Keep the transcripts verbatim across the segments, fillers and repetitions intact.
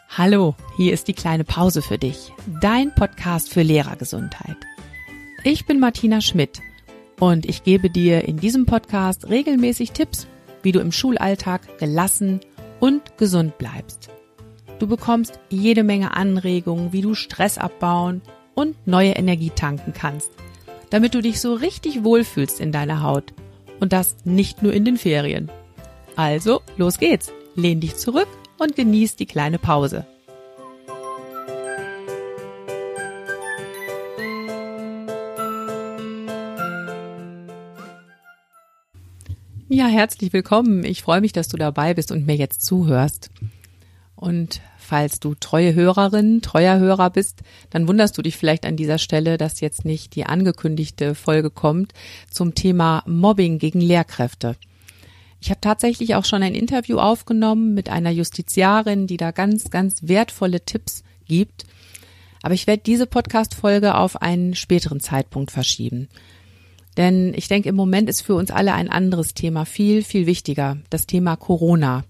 Hallo, hier ist die kleine Pause für dich, dein Podcast für Lehrergesundheit. Ich bin Martina Schmidt und ich gebe dir in diesem Podcast regelmäßig Tipps, wie du im Schulalltag gelassen und gesund bleibst. Du bekommst jede Menge Anregungen, wie du Stress abbauen und neue Energie tanken kannst, damit du dich so richtig wohlfühlst in deiner Haut und das nicht nur in den Ferien. Also, los geht's, lehn dich zurück und genieß die kleine Pause. Ja, herzlich willkommen. Ich freue mich, dass du dabei bist und mir jetzt zuhörst. Und falls du treue Hörerin, treuer Hörer bist, dann wunderst du dich vielleicht an dieser Stelle, dass jetzt nicht die angekündigte Folge kommt zum Thema Mobbing gegen Lehrkräfte. Ich habe tatsächlich auch schon ein Interview aufgenommen mit einer Justiziarin, die da ganz, ganz wertvolle Tipps gibt. Aber ich werde diese Podcast-Folge auf einen späteren Zeitpunkt verschieben. Denn ich denke, im Moment ist für uns alle ein anderes Thema viel, viel wichtiger, das Thema Corona.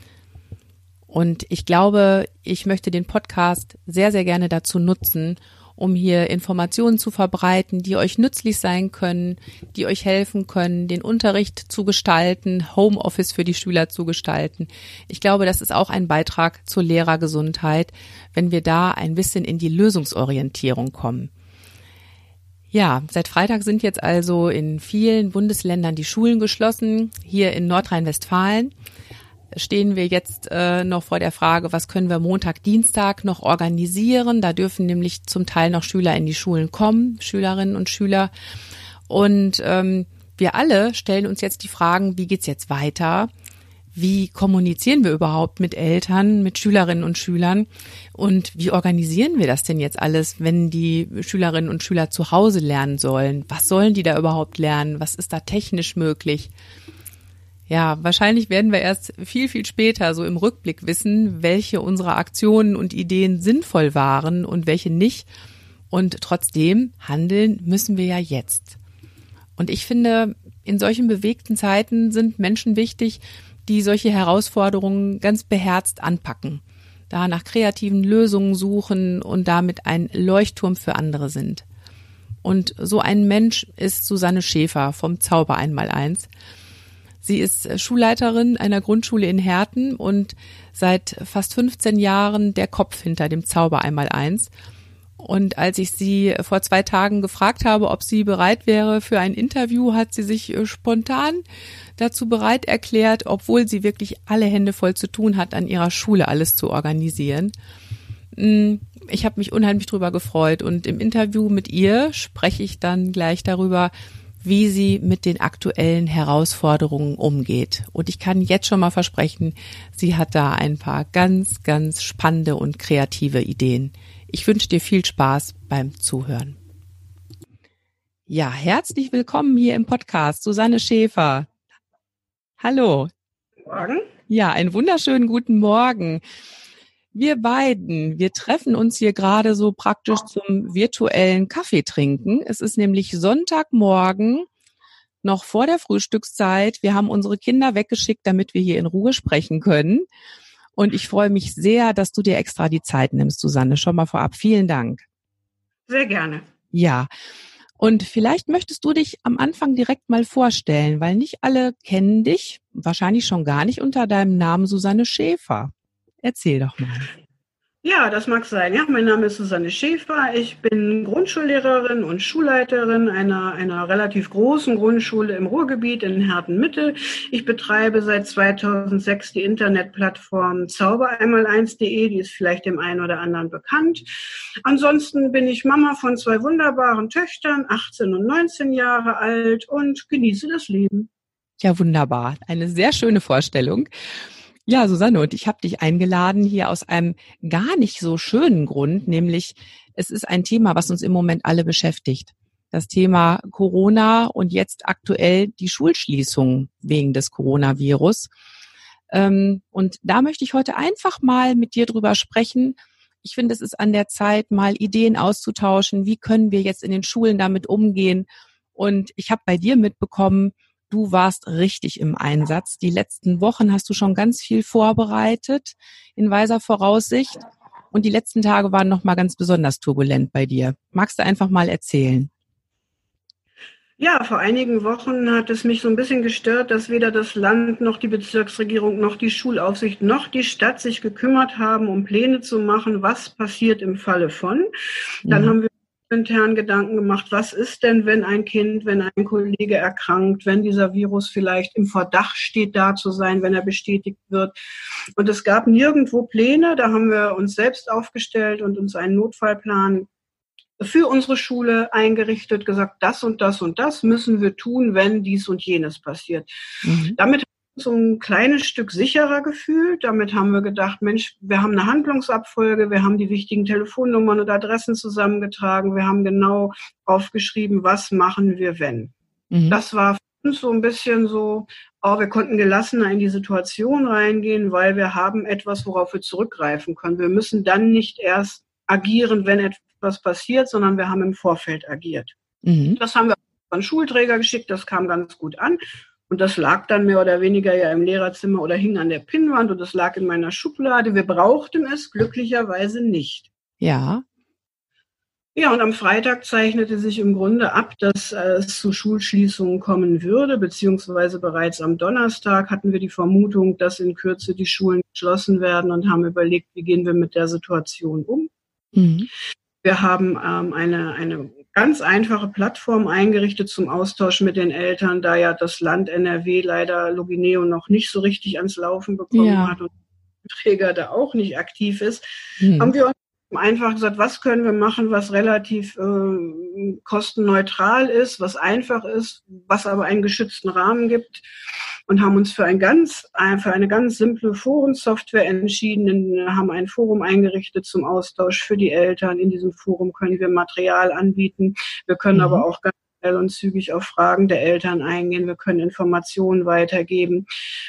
Und ich glaube, ich möchte den Podcast sehr, sehr gerne dazu nutzen, um hier Informationen zu verbreiten, die euch nützlich sein können, die euch helfen können, den Unterricht zu gestalten, Homeoffice für die Schüler zu gestalten. Ich glaube, das ist auch ein Beitrag zur Lehrergesundheit, wenn wir da ein bisschen in die Lösungsorientierung kommen. Ja, seit Freitag sind jetzt also in vielen Bundesländern die Schulen geschlossen. Hier in Nordrhein-Westfalen stehen wir jetzt äh, noch vor der Frage, was können wir Montag, Dienstag noch organisieren. Da dürfen nämlich zum Teil noch Schüler in die Schulen kommen, Schülerinnen und Schüler. Und ähm, wir alle stellen uns jetzt die Fragen, wie geht's jetzt weiter? Wie kommunizieren wir überhaupt mit Eltern, mit Schülerinnen und Schülern? Und wie organisieren wir das denn jetzt alles, wenn die Schülerinnen und Schüler zu Hause lernen sollen? Was sollen die da überhaupt lernen? Was ist da technisch möglich? Ja, wahrscheinlich werden wir erst viel, viel später so im Rückblick wissen, welche unserer Aktionen und Ideen sinnvoll waren und welche nicht. Und trotzdem handeln müssen wir ja jetzt. Und ich finde, in solchen bewegten Zeiten sind Menschen wichtig, die solche Herausforderungen ganz beherzt anpacken, da nach kreativen Lösungen suchen und damit ein Leuchtturm für andere sind. Und so ein Mensch ist Susanne Schäfer vom Zauber Einmaleins. Sie ist Schulleiterin einer Grundschule in Herten und seit fast fünfzehn Jahren der Kopf hinter dem Zauber Einmaleins. Und als ich sie vor zwei Tagen gefragt habe, ob sie bereit wäre für ein Interview, hat sie sich spontan dazu bereit erklärt, obwohl sie wirklich alle Hände voll zu tun hat, an ihrer Schule alles zu organisieren. Ich habe mich unheimlich drüber gefreut und im Interview mit ihr spreche ich dann gleich darüber, wie sie mit den aktuellen Herausforderungen umgeht. Und ich kann jetzt schon mal versprechen, sie hat da ein paar ganz, ganz spannende und kreative Ideen. Ich wünsche dir viel Spaß beim Zuhören. Ja, herzlich willkommen hier im Podcast, Susanne Schäfer. Hallo. Guten Morgen. Ja, einen wunderschönen guten Morgen. Wir beiden, wir treffen uns hier gerade so praktisch zum virtuellen Kaffee trinken. Es ist nämlich Sonntagmorgen, noch vor der Frühstückszeit. Wir haben unsere Kinder weggeschickt, damit wir hier in Ruhe sprechen können. Und ich freue mich sehr, dass du dir extra die Zeit nimmst, Susanne. Schon mal vorab vielen Dank. Sehr gerne. Ja, und vielleicht möchtest du dich am Anfang direkt mal vorstellen, weil nicht alle kennen dich, wahrscheinlich schon gar nicht unter deinem Namen Susanne Schäfer. Erzähl doch mal. Ja, das mag sein. Ja, mein Name ist Susanne Schäfer. Ich bin Grundschullehrerin und Schulleiterin einer, einer relativ großen Grundschule im Ruhrgebiet in Herten-Mitte. Ich betreibe seit zweitausendsechs die Internetplattform zauber einmaleins punkt de. Die ist vielleicht dem einen oder anderen bekannt. Ansonsten bin ich Mama von zwei wunderbaren Töchtern, achtzehn und neunzehn Jahre alt, und genieße das Leben. Ja, wunderbar. Eine sehr schöne Vorstellung. Ja, Susanne, und ich habe dich eingeladen hier aus einem gar nicht so schönen Grund, nämlich es ist ein Thema, was uns im Moment alle beschäftigt. Das Thema Corona und jetzt aktuell die Schulschließung wegen des Coronavirus. Und da möchte ich heute einfach mal mit dir drüber sprechen. Ich finde, es ist an der Zeit, mal Ideen auszutauschen. Wie können wir jetzt in den Schulen damit umgehen? Und ich habe bei dir mitbekommen, du warst richtig im Einsatz. Die letzten Wochen hast du schon ganz viel vorbereitet in weiser Voraussicht. Und die letzten Tage waren nochmal ganz besonders turbulent bei dir. Magst du einfach mal erzählen? Ja, vor einigen Wochen hat es mich so ein bisschen gestört, dass weder das Land noch die Bezirksregierung noch die Schulaufsicht noch die Stadt sich gekümmert haben, um Pläne zu machen, was passiert im Falle von. Dann Mhm. haben wir intern Gedanken gemacht, was ist denn, wenn ein Kind, wenn ein Kollege erkrankt, wenn dieser Virus vielleicht im Verdacht steht, da zu sein, wenn er bestätigt wird. Und es gab nirgendwo Pläne, da haben wir uns selbst aufgestellt und uns einen Notfallplan für unsere Schule eingerichtet, gesagt, das und das und das müssen wir tun, wenn dies und jenes passiert. Mhm. Damit haben wir uns so ein kleines Stück sicherer gefühlt. Damit haben wir gedacht, Mensch, wir haben eine Handlungsabfolge, wir haben die wichtigen Telefonnummern und Adressen zusammengetragen, wir haben genau aufgeschrieben, was machen wir, wenn. Mhm. Das war für uns so ein bisschen so, oh, wir konnten gelassener in die Situation reingehen, weil wir haben etwas, worauf wir zurückgreifen können. Wir müssen dann nicht erst agieren, wenn etwas passiert, sondern wir haben im Vorfeld agiert. Mhm. Das haben wir an Schulträger geschickt, das kam ganz gut an. Und das lag dann mehr oder weniger ja im Lehrerzimmer oder hing an der Pinnwand und das lag in meiner Schublade. Wir brauchten es glücklicherweise nicht. Ja. Ja, und am Freitag zeichnete sich im Grunde ab, dass es zu Schulschließungen kommen würde, beziehungsweise bereits am Donnerstag hatten wir die Vermutung, dass in Kürze die Schulen geschlossen werden und haben überlegt, wie gehen wir mit der Situation um. Mhm. Wir haben ähm, eine, eine ganz einfache Plattform eingerichtet zum Austausch mit den Eltern, da ja das Land N R W leider Logineo noch nicht so richtig ans Laufen bekommen Ja. hat und der Träger da auch nicht aktiv ist, Mhm. haben wir uns einfach gesagt, was können wir machen, was relativ äh, kostenneutral ist, was einfach ist, was aber einen geschützten Rahmen gibt. Und haben uns für ein ganz, für eine ganz simple Forensoftware entschieden, haben ein Forum eingerichtet zum Austausch für die Eltern. In diesem Forum können wir Material anbieten. Wir können Mhm. aber auch ganz schnell und zügig auf Fragen der Eltern eingehen. Wir können Informationen weitergeben.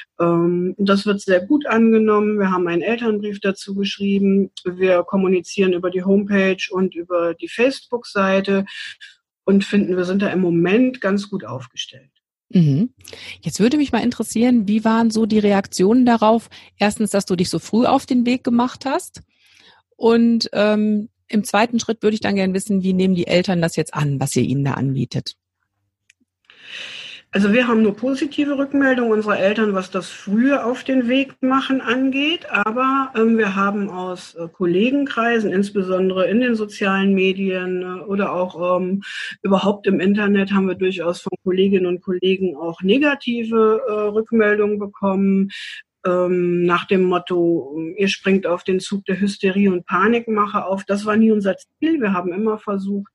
Das wird sehr gut angenommen. Wir haben einen Elternbrief dazu geschrieben. Wir kommunizieren über die Homepage und über die Facebook-Seite und finden, wir sind da im Moment ganz gut aufgestellt. Mhm. Jetzt würde mich mal interessieren, wie waren so die Reaktionen darauf? Erstens, dass du dich so früh auf den Weg gemacht hast. Und ähm, im zweiten Schritt würde ich dann gerne wissen, wie nehmen die Eltern das jetzt an, was ihr ihnen da anbietet? Also wir haben nur positive Rückmeldungen unserer Eltern, was das frühe auf den Weg machen angeht. Aber ähm, wir haben aus äh, Kollegenkreisen, insbesondere in den sozialen Medien äh, oder auch ähm, überhaupt im Internet, haben wir durchaus von Kolleginnen und Kollegen auch negative äh, Rückmeldungen bekommen. Ähm, nach dem Motto, ihr springt auf den Zug der Hysterie und Panikmache auf. Das war nie unser Ziel. Wir haben immer versucht,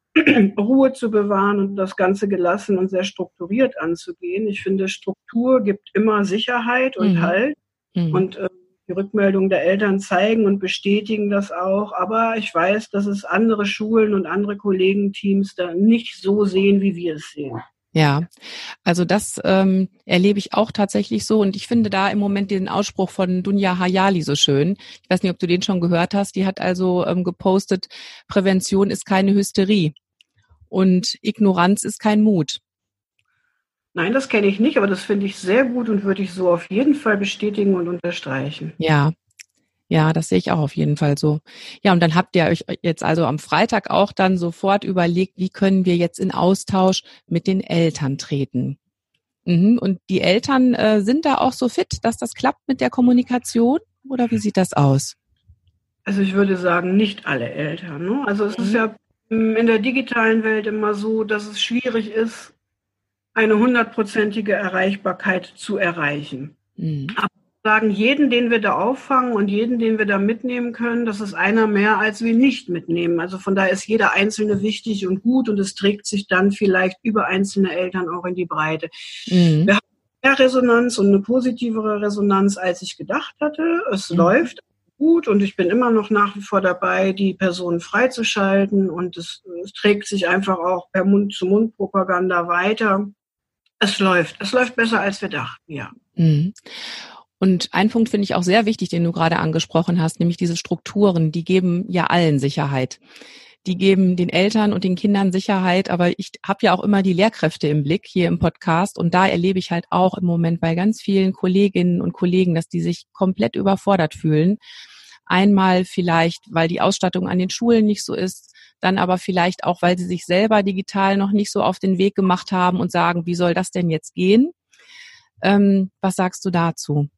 Ruhe zu bewahren und das Ganze gelassen und sehr strukturiert anzugehen. Ich finde, Struktur gibt immer Sicherheit und Mhm. Halt. Mhm. Und äh, die Rückmeldungen der Eltern zeigen und bestätigen das auch. Aber ich weiß, dass es andere Schulen und andere Kollegenteams da nicht so sehen, wie wir es sehen. Ja, also das ähm, erlebe ich auch tatsächlich so und ich finde da im Moment den Ausspruch von Dunja Hayali so schön. Ich weiß nicht, ob du den schon gehört hast. Die hat also ähm, gepostet, Prävention ist keine Hysterie und Ignoranz ist kein Mut. Nein, das kenne ich nicht, aber das finde ich sehr gut und würde ich so auf jeden Fall bestätigen und unterstreichen. Ja, ja, das sehe ich auch auf jeden Fall so. Ja, und dann habt ihr euch jetzt also am Freitag auch dann sofort überlegt, wie können wir jetzt in Austausch mit den Eltern treten? Mhm. Und die Eltern äh, sind da auch so fit, dass das klappt mit der Kommunikation? Oder wie sieht das aus? Also ich würde sagen, nicht alle Eltern. Ne? Also es Mhm. ist ja in der digitalen Welt immer so, dass es schwierig ist, eine hundertprozentige Erreichbarkeit zu erreichen. Mhm. Aber wir sagen, jeden, den wir da auffangen und jeden, den wir da mitnehmen können, das ist einer mehr, als wir nicht mitnehmen. Also von daher ist jeder Einzelne wichtig und gut und es trägt sich dann vielleicht über einzelne Eltern auch in die Breite. Mhm. Wir haben mehr Resonanz und eine positivere Resonanz, als ich gedacht hatte. Es Mhm. läuft gut und ich bin immer noch nach wie vor dabei, die Personen freizuschalten und es, es trägt sich einfach auch per Mund-zu-Mund-Propaganda weiter. Es läuft. Es läuft besser, als wir dachten, ja. Mhm. Und ein Punkt finde ich auch sehr wichtig, den du gerade angesprochen hast, nämlich diese Strukturen, die geben ja allen Sicherheit. die geben den Eltern und den Kindern Sicherheit, aber ich habe ja auch immer die Lehrkräfte im Blick hier im Podcast und da erlebe ich halt auch im Moment bei ganz vielen Kolleginnen und Kollegen, dass die sich komplett überfordert fühlen. Einmal vielleicht, weil die Ausstattung an den Schulen nicht so ist, dann aber vielleicht auch, weil sie sich selber digital noch nicht so auf den Weg gemacht haben und sagen, wie soll das denn jetzt gehen? Ähm, was sagst du dazu?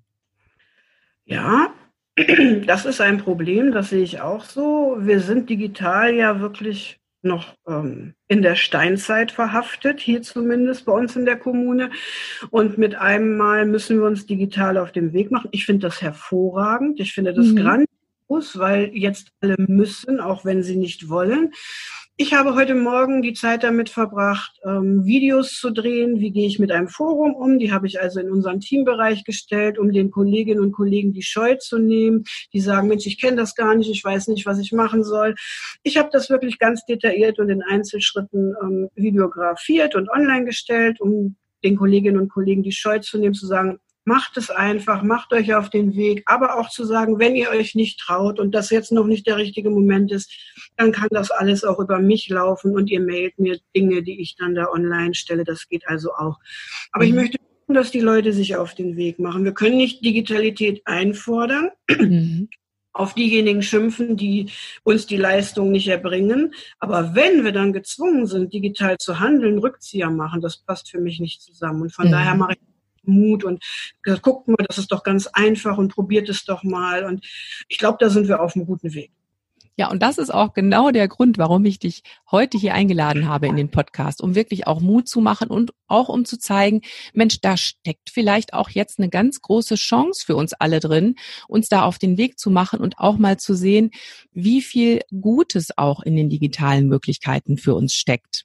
Ja, das ist ein Problem, das sehe ich auch so. Wir sind digital ja wirklich noch ähm, in der Steinzeit verhaftet, hier zumindest bei uns in der Kommune. Und mit einem Mal müssen wir uns digital auf den Weg machen. Ich finde das hervorragend. Ich finde das Mhm. grandios, weil jetzt alle müssen, auch wenn sie nicht wollen. Ich habe heute Morgen die Zeit damit verbracht, ähm, Videos zu drehen. Wie gehe ich mit einem Forum um? Die habe ich also in unseren Teambereich gestellt, um den Kolleginnen und Kollegen die Scheu zu nehmen. Die sagen, Mensch, ich kenne das gar nicht, ich weiß nicht, was ich machen soll. Ich habe das wirklich ganz detailliert und in Einzelschritten ähm, videografiert und online gestellt, um den Kolleginnen und Kollegen die Scheu zu nehmen, zu sagen, macht es einfach, macht euch auf den Weg, aber auch zu sagen, wenn ihr euch nicht traut und das jetzt noch nicht der richtige Moment ist, dann kann das alles auch über mich laufen und ihr mailt mir Dinge, die ich dann da online stelle. Das geht also auch. Aber mhm. ich möchte, dass die Leute sich auf den Weg machen. Wir können nicht Digitalität einfordern, mhm. auf diejenigen schimpfen, die uns die Leistung nicht erbringen. Aber wenn wir dann gezwungen sind, digital zu handeln, Rückzieher machen, das passt für mich nicht zusammen. Und von mhm. daher mache ich Mut und guckt mal, das ist doch ganz einfach und probiert es doch mal. Und ich glaube, da sind wir auf einem guten Weg. Ja, und das ist auch genau der Grund, warum ich dich heute hier eingeladen habe in den Podcast, um wirklich auch Mut zu machen und auch um zu zeigen, Mensch, da steckt vielleicht auch jetzt eine ganz große Chance für uns alle drin, uns da auf den Weg zu machen und auch mal zu sehen, wie viel Gutes auch in den digitalen Möglichkeiten für uns steckt.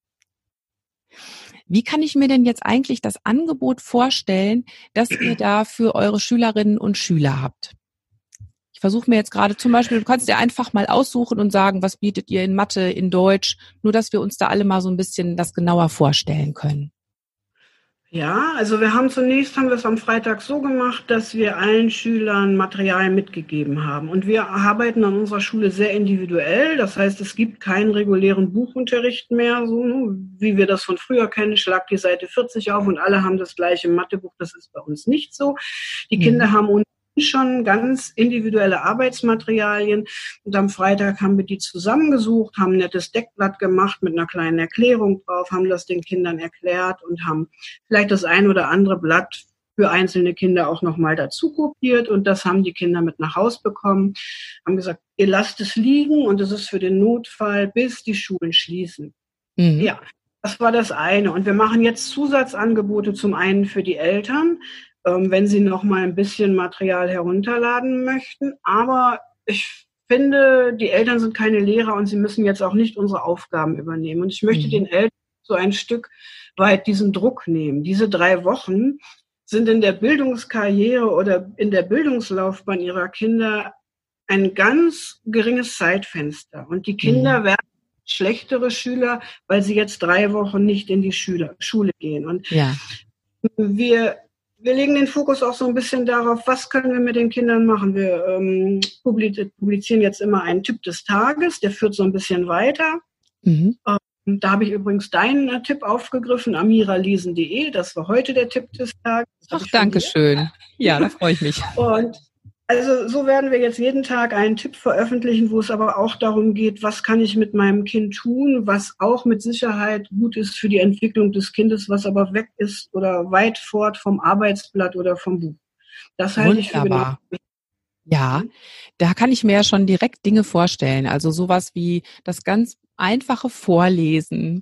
Wie kann ich mir denn jetzt eigentlich das Angebot vorstellen, das ihr da für eure Schülerinnen und Schüler habt? Ich versuche mir jetzt gerade zum Beispiel, du kannst dir einfach mal aussuchen und sagen, was bietet ihr in Mathe, in Deutsch, nur dass wir uns da alle mal so ein bisschen das genauer vorstellen können. Ja, also wir haben zunächst, haben wir es am Freitag so gemacht, dass wir allen Schülern Material mitgegeben haben. Und wir arbeiten an unserer Schule sehr individuell. Das heißt, es gibt keinen regulären Buchunterricht mehr, so wie wir das von früher kennen. Schlag die Seite vierzig auf und alle haben das gleiche Mathebuch. Das ist bei uns nicht so. Die mhm. Kinder haben uns schon ganz individuelle Arbeitsmaterialien und am Freitag haben wir die zusammengesucht, haben ein nettes Deckblatt gemacht mit einer kleinen Erklärung drauf, haben das den Kindern erklärt und haben vielleicht das ein oder andere Blatt für einzelne Kinder auch nochmal dazu kopiert und das haben die Kinder mit nach Haus bekommen, haben gesagt, ihr lasst es liegen und es ist für den Notfall, bis die Schulen schließen. Mhm. Ja, das war das eine und wir machen jetzt Zusatzangebote zum einen für die Eltern, wenn sie noch mal ein bisschen Material herunterladen möchten. Aber ich finde, die Eltern sind keine Lehrer und sie müssen jetzt auch nicht unsere Aufgaben übernehmen. Und ich möchte mhm. den Eltern so ein Stück weit diesen Druck nehmen. Diese drei Wochen sind in der Bildungskarriere oder in der Bildungslaufbahn ihrer Kinder ein ganz geringes Zeitfenster. Und die Kinder mhm. werden schlechtere Schüler, weil sie jetzt drei Wochen nicht in die Schule, Schule gehen. Und ja. wir Wir legen den Fokus auch so ein bisschen darauf, was können wir mit den Kindern machen. Wir ähm, publizieren jetzt immer einen Tipp des Tages, der führt so ein bisschen weiter. Mhm. Ähm, da habe ich übrigens deinen äh, Tipp aufgegriffen, amiralesen punkt de. Das war heute der Tipp des Tages. Ach, danke schön. Ja, da freue ich mich. Und also so werden wir jetzt jeden Tag einen Tipp veröffentlichen, wo es aber auch darum geht, was kann ich mit meinem Kind tun, was auch mit Sicherheit gut ist für die Entwicklung des Kindes, was aber weg ist oder weit fort vom Arbeitsblatt oder vom Buch. Das halte ich für genau. Ja, da kann ich mir ja schon direkt Dinge vorstellen. Also sowas wie das ganz einfache Vorlesen,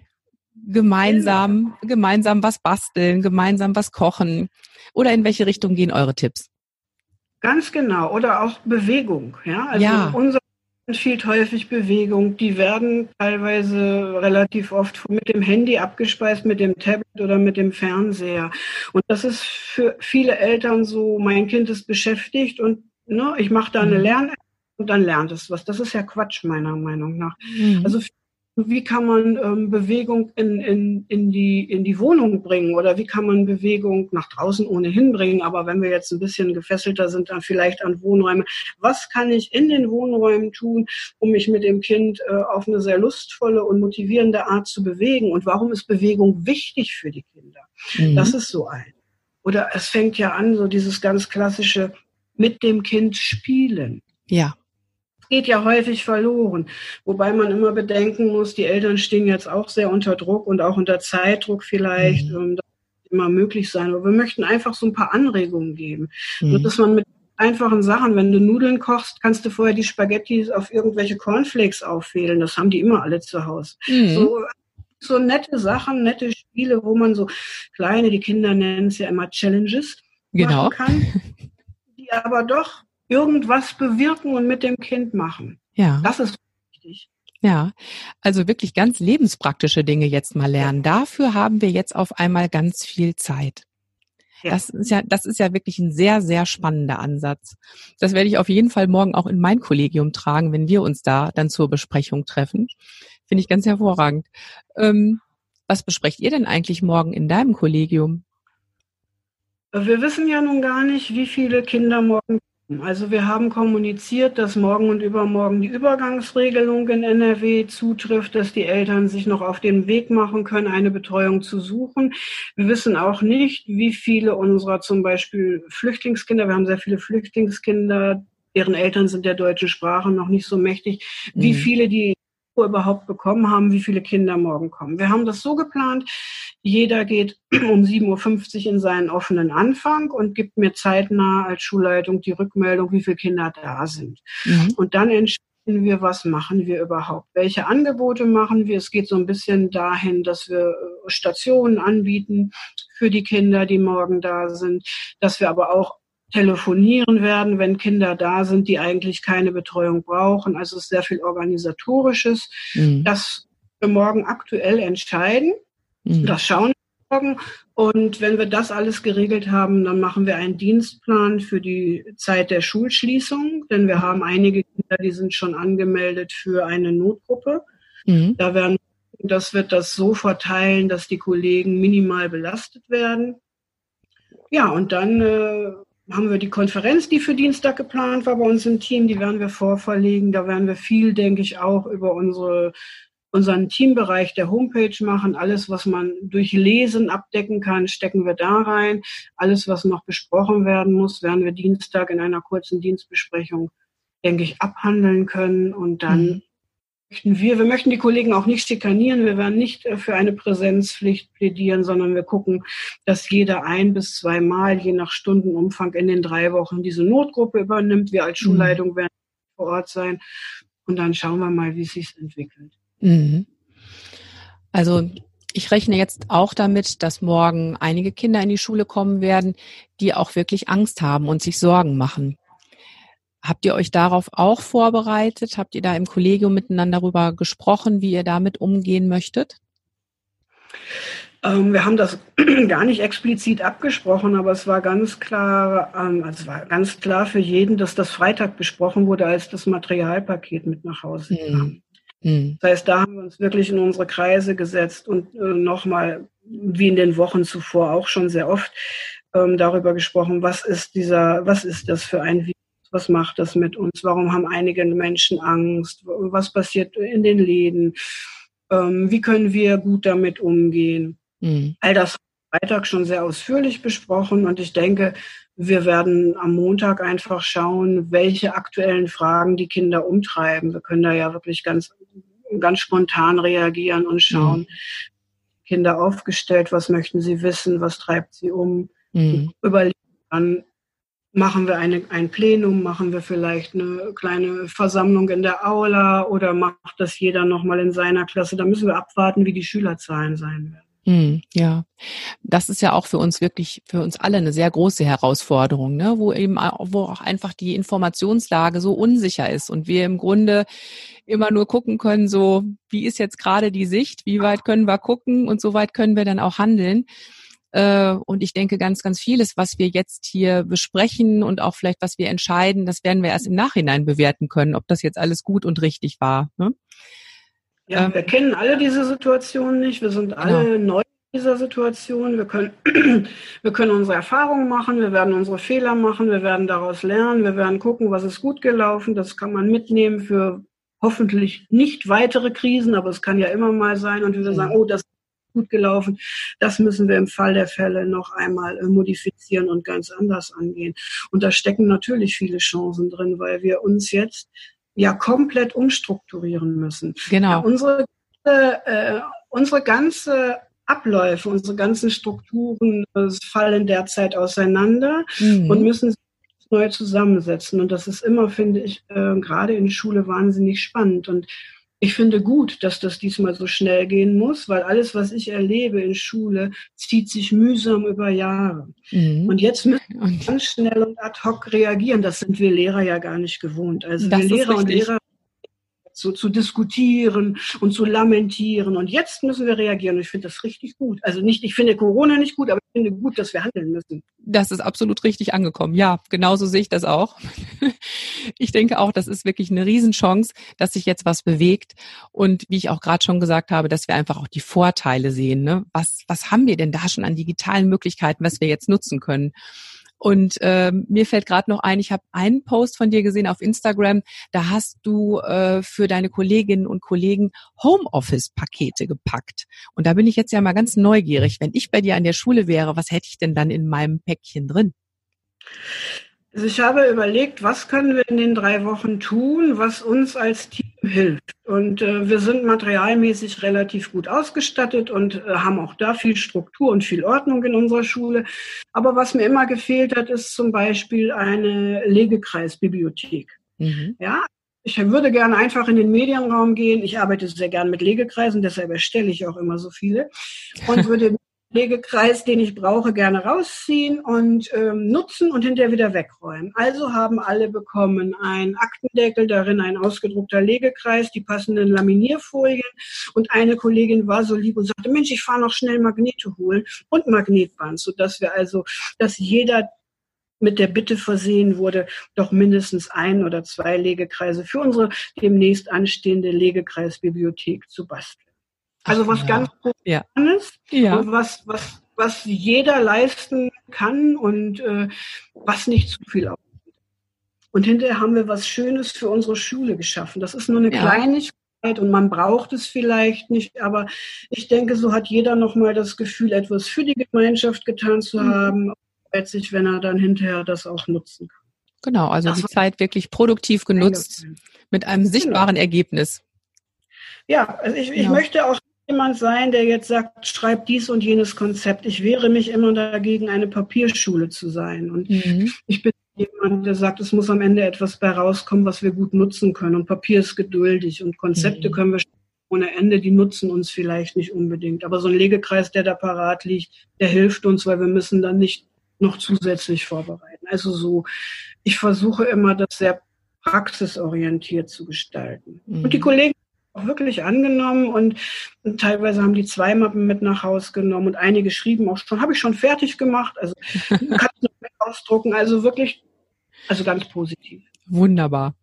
gemeinsam, genau. gemeinsam was basteln, gemeinsam was kochen. Oder in welche Richtung gehen eure Tipps? Ganz genau. Oder auch Bewegung. Ja, also ja. unser empfiehlt häufig Bewegung. Die werden teilweise relativ oft mit dem Handy abgespeist, mit dem Tablet oder mit dem Fernseher. Und das ist für viele Eltern so, mein Kind ist beschäftigt und ne, ich mache da eine Lern-App und dann lernt es was. Das ist ja Quatsch, meiner Meinung nach. Mhm. Also wie kann man ähm, Bewegung in, in, in, die, in die Wohnung bringen oder wie kann man Bewegung nach draußen ohnehin bringen. Aber wenn wir jetzt ein bisschen gefesselter sind, dann vielleicht an Wohnräume. Was kann ich in den Wohnräumen tun, um mich mit dem Kind äh, auf eine sehr lustvolle und motivierende Art zu bewegen? Und warum ist Bewegung wichtig für die Kinder? Mhm. Das ist so ein. Oder es fängt ja an, so dieses ganz klassische mit dem Kind spielen. Ja. Geht ja häufig verloren, wobei man immer bedenken muss, die Eltern stehen jetzt auch sehr unter Druck und auch unter Zeitdruck vielleicht, mhm. das wird immer möglich sein, aber wir möchten einfach so ein paar Anregungen geben, mhm. so dass man mit einfachen Sachen, wenn du Nudeln kochst, kannst du vorher die Spaghetti auf irgendwelche Cornflakes auffädeln, das haben die immer alle zu Hause. Mhm. So, so nette Sachen, nette Spiele, wo man so kleine, die Kinder nennen es ja immer Challenges, genau. machen kann, die aber doch irgendwas bewirken und mit dem Kind machen. Ja. Das ist wichtig. Ja, also wirklich ganz lebenspraktische Dinge jetzt mal lernen. Ja. Dafür haben wir jetzt auf einmal ganz viel Zeit. Ja. Das ist ja, das ist ja wirklich ein sehr, sehr spannender Ansatz. Das werde ich auf jeden Fall morgen auch in mein Kollegium tragen, wenn wir uns da dann zur Besprechung treffen. Finde ich ganz hervorragend. Ähm, was besprecht ihr denn eigentlich morgen in deinem Kollegium? Wir wissen ja nun gar nicht, wie viele Kinder morgen. Also wir haben kommuniziert, dass morgen und übermorgen die Übergangsregelung in N R W zutrifft, dass die Eltern sich noch auf den Weg machen können, eine Betreuung zu suchen. Wir wissen auch nicht, wie viele unserer zum Beispiel Flüchtlingskinder, wir haben sehr viele Flüchtlingskinder, deren Eltern sind der deutschen Sprache noch nicht so mächtig, mhm. wie viele die überhaupt bekommen haben, wie viele Kinder morgen kommen. Wir haben das so geplant, jeder geht um sieben Uhr fünfzig in seinen offenen Anfang und gibt mir zeitnah als Schulleitung die Rückmeldung, wie viele Kinder da sind. Mhm. Und dann entscheiden wir, was machen wir überhaupt, welche Angebote machen wir. Es geht so ein bisschen dahin, dass wir Stationen anbieten für die Kinder, die morgen da sind, dass wir aber auch telefonieren werden, wenn Kinder da sind, die eigentlich keine Betreuung brauchen. Also es ist sehr viel Organisatorisches. Mhm. Das wir morgen aktuell entscheiden. Mhm. Das schauen wir morgen. Und wenn wir das alles geregelt haben, dann machen wir einen Dienstplan für die Zeit der Schulschließung. Denn wir haben einige Kinder, die sind schon angemeldet für eine Notgruppe. Mhm. Da werden, das wird das so verteilen, dass die Kollegen minimal belastet werden. Ja, und dann äh, haben wir die Konferenz, die für Dienstag geplant war bei uns im Team, die werden wir vorverlegen. Da werden wir viel, denke ich, auch über unsere, unseren Teambereich der Homepage machen. Alles, was man durch Lesen abdecken kann, stecken wir da rein. Alles, was noch besprochen werden muss, werden wir Dienstag in einer kurzen Dienstbesprechung, denke ich, abhandeln können. Und dann mhm. möchten wir, wir möchten die Kollegen auch nicht schikanieren. Wir werden nicht für eine Präsenzpflicht plädieren, sondern wir gucken, dass jeder ein bis zweimal, je nach Stundenumfang in den drei Wochen diese Notgruppe übernimmt. Wir als Schulleitung mhm. werden vor Ort sein. Und dann schauen wir mal, wie es sich entwickelt. Mhm. Also ich rechne jetzt auch damit, dass morgen einige Kinder in die Schule kommen werden, die auch wirklich Angst haben und sich Sorgen machen. Habt ihr euch darauf auch vorbereitet? Habt ihr da im Kollegium miteinander darüber gesprochen, wie ihr damit umgehen möchtet? Ähm, wir haben das gar nicht explizit abgesprochen, aber es war ganz klar, ähm, also es war ganz klar für jeden, dass das Freitag besprochen wurde, als das Materialpaket mit nach Hause kam. Mhm. Das heißt, da haben wir uns wirklich in unsere Kreise gesetzt und äh, nochmal, wie in den Wochen zuvor auch schon sehr oft, ähm, darüber gesprochen, was ist dieser, was ist das für ein Virus? Was macht das mit uns? Warum haben einige Menschen Angst? Was passiert in den Läden? Ähm, wie können wir gut damit umgehen? Mhm. All das Freitag schon sehr ausführlich besprochen und ich denke, wir werden am Montag einfach schauen, welche aktuellen Fragen die Kinder umtreiben. Wir können da ja wirklich ganz, ganz spontan reagieren und schauen, mhm. Kinder aufgestellt, was möchten sie wissen, was treibt sie um? Mhm. Überlegen dann, machen wir eine, ein Plenum, machen wir vielleicht eine kleine Versammlung in der Aula oder macht das jeder nochmal in seiner Klasse? Da müssen wir abwarten, wie die Schülerzahlen sein werden. Hm, ja, das ist ja auch für uns wirklich, für uns alle eine sehr große Herausforderung, ne? Wo eben, wo auch einfach die Informationslage so unsicher ist und wir im Grunde immer nur gucken können, so, wie ist jetzt gerade die Sicht, wie weit können wir gucken und so weit können wir dann auch handeln. Und ich denke, ganz, ganz vieles, was wir jetzt hier besprechen und auch vielleicht, was wir entscheiden, das werden wir erst im Nachhinein bewerten können, ob das jetzt alles gut und richtig war, ne? Ja, ähm, wir kennen alle diese Situation nicht. Wir sind alle genau. neu in dieser Situation. Wir können, wir können unsere Erfahrungen machen. Wir werden unsere Fehler machen. Wir werden daraus lernen. Wir werden gucken, was ist gut gelaufen. Das kann man mitnehmen für hoffentlich nicht weitere Krisen, aber es kann ja immer mal sein. Und wir mhm. sagen, oh, das gut gelaufen. Das müssen wir im Fall der Fälle noch einmal äh, modifizieren und ganz anders angehen. Und da stecken natürlich viele Chancen drin, weil wir uns jetzt ja komplett umstrukturieren müssen. Genau. Ja, unsere, äh, unsere ganze Abläufe, unsere ganzen Strukturen äh, fallen derzeit auseinander mhm. und müssen sich neu zusammensetzen. Und das ist immer, finde ich, äh, gerade in Schule wahnsinnig spannend. Und ich finde gut, dass das diesmal so schnell gehen muss, weil alles, was ich erlebe in Schule, zieht sich mühsam über Jahre. Mhm. Und jetzt müssen wir ganz schnell und ad hoc reagieren. Das sind wir Lehrer ja gar nicht gewohnt. Also das wir Lehrer und Lehrer zu, zu diskutieren und zu lamentieren. Und jetzt müssen wir reagieren. Und ich finde das richtig gut. Also nicht, ich finde Corona nicht gut, aber ich finde gut, dass wir handeln müssen. Das ist absolut richtig angekommen. Ja, genauso sehe ich das auch. Ich denke auch, das ist wirklich eine Riesenchance, dass sich jetzt was bewegt. Und wie ich auch gerade schon gesagt habe, dass wir einfach auch die Vorteile sehen. Ne? Was, was haben wir denn da schon an digitalen Möglichkeiten, was wir jetzt nutzen können? Und äh, mir fällt gerade noch ein, ich habe einen Post von dir gesehen auf Instagram, da hast du äh, für deine Kolleginnen und Kollegen Homeoffice-Pakete gepackt. Und da bin ich jetzt ja mal ganz neugierig. Wenn ich bei dir an der Schule wäre, was hätte ich denn dann in meinem Päckchen drin? Also ich habe überlegt, was können wir in den drei Wochen tun, was uns als Team hilft. Und äh, wir sind materialmäßig relativ gut ausgestattet und äh, haben auch da viel Struktur und viel Ordnung in unserer Schule. Aber was mir immer gefehlt hat, ist zum Beispiel eine Legekreisbibliothek. Mhm. Ja, ich würde gerne einfach in den Medienraum gehen. Ich arbeite sehr gerne mit Legekreisen, deshalb erstelle ich auch immer so viele und würde Legekreis, den ich brauche, gerne rausziehen und ähm, nutzen und hinterher wieder wegräumen. Also haben alle bekommen einen Aktendeckel, darin ein ausgedruckter Legekreis, die passenden Laminierfolien und eine Kollegin war so lieb und sagte, Mensch, ich fahre noch schnell Magnete holen und Magnetband, sodass wir also, dass jeder mit der Bitte versehen wurde, doch mindestens ein oder zwei Legekreise für unsere demnächst anstehende Legekreisbibliothek zu basteln. Also was Ach, ganz ja. Modernes ja. und was, was, was jeder leisten kann und äh, was nicht zu viel aufnimmt. Und hinterher haben wir was Schönes für unsere Schule geschaffen. Das ist nur eine ja. Kleinigkeit und man braucht es vielleicht nicht, aber ich denke, so hat jeder nochmal das Gefühl, etwas für die Gemeinschaft getan zu mhm. haben, letztlich, wenn er dann hinterher das auch nutzen kann. Genau, also das die Zeit wirklich produktiv genutzt mit einem sichtbaren genau. Ergebnis. Ja, also ich, ich ja. möchte auch jemand sein, der jetzt sagt, schreib dies und jenes Konzept. Ich wehre mich immer dagegen, eine Papierschule zu sein. Und mhm. ich bin jemand, der sagt, es muss am Ende etwas bei rauskommen, was wir gut nutzen können. Und Papier ist geduldig und Konzepte mhm. können wir ohne Ende, die nutzen uns vielleicht nicht unbedingt. Aber so ein Legekreis, der da parat liegt, der hilft uns, weil wir müssen dann nicht noch zusätzlich vorbereiten. Also so, ich versuche immer, das sehr praxisorientiert zu gestalten. Mhm. Und die Kollegen auch wirklich angenommen und, und teilweise haben die zwei Mappen mit nach Hause genommen und einige schrieben auch schon, habe ich schon fertig gemacht, also kann ich noch mit ausdrucken, also wirklich, also ganz positiv. Wunderbar.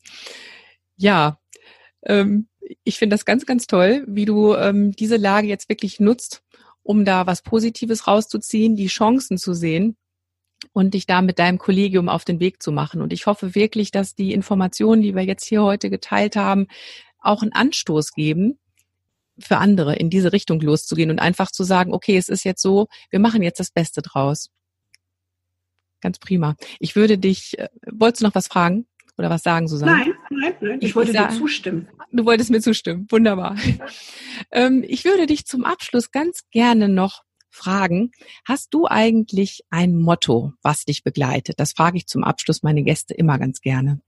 Ja, ähm, ich finde das ganz, ganz toll, wie du ähm, diese Lage jetzt wirklich nutzt, um da was Positives rauszuziehen, die Chancen zu sehen und dich da mit deinem Kollegium auf den Weg zu machen. Und ich hoffe wirklich, dass die Informationen, die wir jetzt hier heute geteilt haben, auch einen Anstoß geben, für andere in diese Richtung loszugehen und einfach zu sagen, okay, es ist jetzt so, wir machen jetzt das Beste draus. Ganz prima. Ich würde dich, wolltest du noch was fragen oder was sagen, Susanne? Nein, nein, nein, ich, ich wollte dir zustimmen. Du wolltest mir zustimmen, wunderbar. ähm, ich würde dich zum Abschluss ganz gerne noch fragen, hast du eigentlich ein Motto, was dich begleitet? Das frage ich zum Abschluss meine Gäste immer ganz gerne.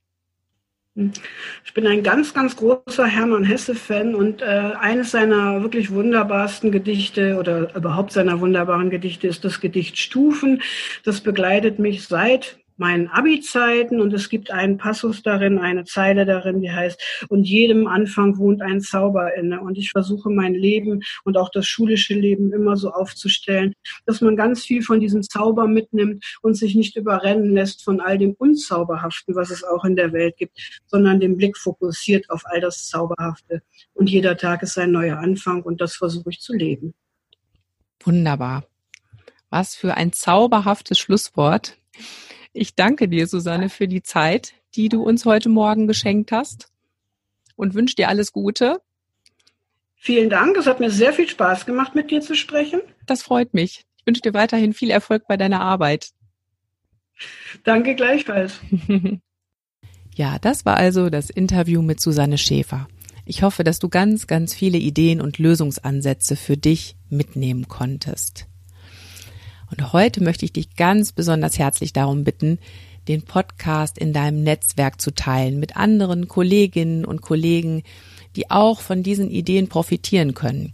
Ich bin ein ganz, ganz großer Hermann Hesse-Fan und äh, eines seiner wirklich wunderbarsten Gedichte oder überhaupt seiner wunderbaren Gedichte ist das Gedicht Stufen. Das begleitet mich seit meinen Abi-Zeiten und es gibt einen Passus darin, eine Zeile darin, die heißt, und jedem Anfang wohnt ein Zauber inne. Und ich versuche mein Leben und auch das schulische Leben immer so aufzustellen, dass man ganz viel von diesem Zauber mitnimmt und sich nicht überrennen lässt von all dem Unzauberhaften, was es auch in der Welt gibt, sondern den Blick fokussiert auf all das Zauberhafte. Und jeder Tag ist ein neuer Anfang und das versuche ich zu leben. Wunderbar. Was für ein zauberhaftes Schlusswort. Ich danke dir, Susanne, für die Zeit, die du uns heute Morgen geschenkt hast und wünsche dir alles Gute. Vielen Dank. Es hat mir sehr viel Spaß gemacht, mit dir zu sprechen. Das freut mich. Ich wünsche dir weiterhin viel Erfolg bei deiner Arbeit. Danke gleichfalls. Ja, das war also das Interview mit Susanne Schäfer. Ich hoffe, dass du ganz, ganz viele Ideen und Lösungsansätze für dich mitnehmen konntest. Und heute möchte ich dich ganz besonders herzlich darum bitten, den Podcast in deinem Netzwerk zu teilen mit anderen Kolleginnen und Kollegen, die auch von diesen Ideen profitieren können.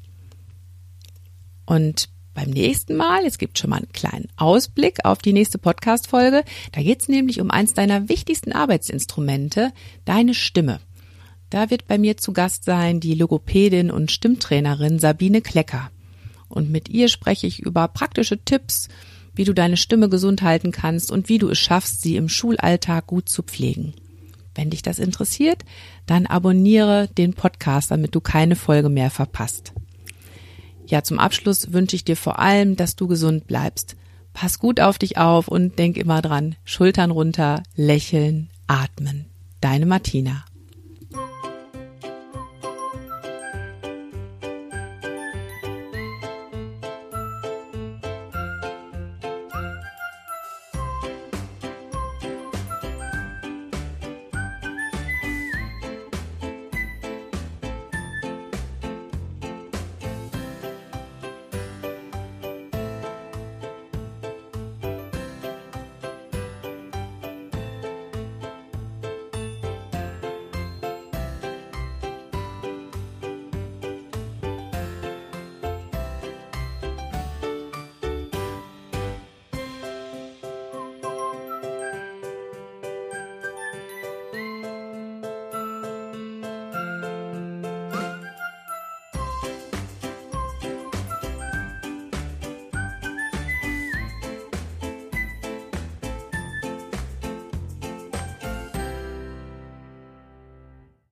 Und beim nächsten Mal, es gibt schon mal einen kleinen Ausblick auf die nächste Podcast-Folge, da geht es nämlich um eins deiner wichtigsten Arbeitsinstrumente, deine Stimme. Da wird bei mir zu Gast sein die Logopädin und Stimmtrainerin Sabine Klecker. Und mit ihr spreche ich über praktische Tipps, wie du deine Stimme gesund halten kannst und wie du es schaffst, sie im Schulalltag gut zu pflegen. Wenn dich das interessiert, dann abonniere den Podcast, damit du keine Folge mehr verpasst. Ja, zum Abschluss wünsche ich dir vor allem, dass du gesund bleibst. Pass gut auf dich auf und denk immer dran, Schultern runter, lächeln, atmen. Deine Martina.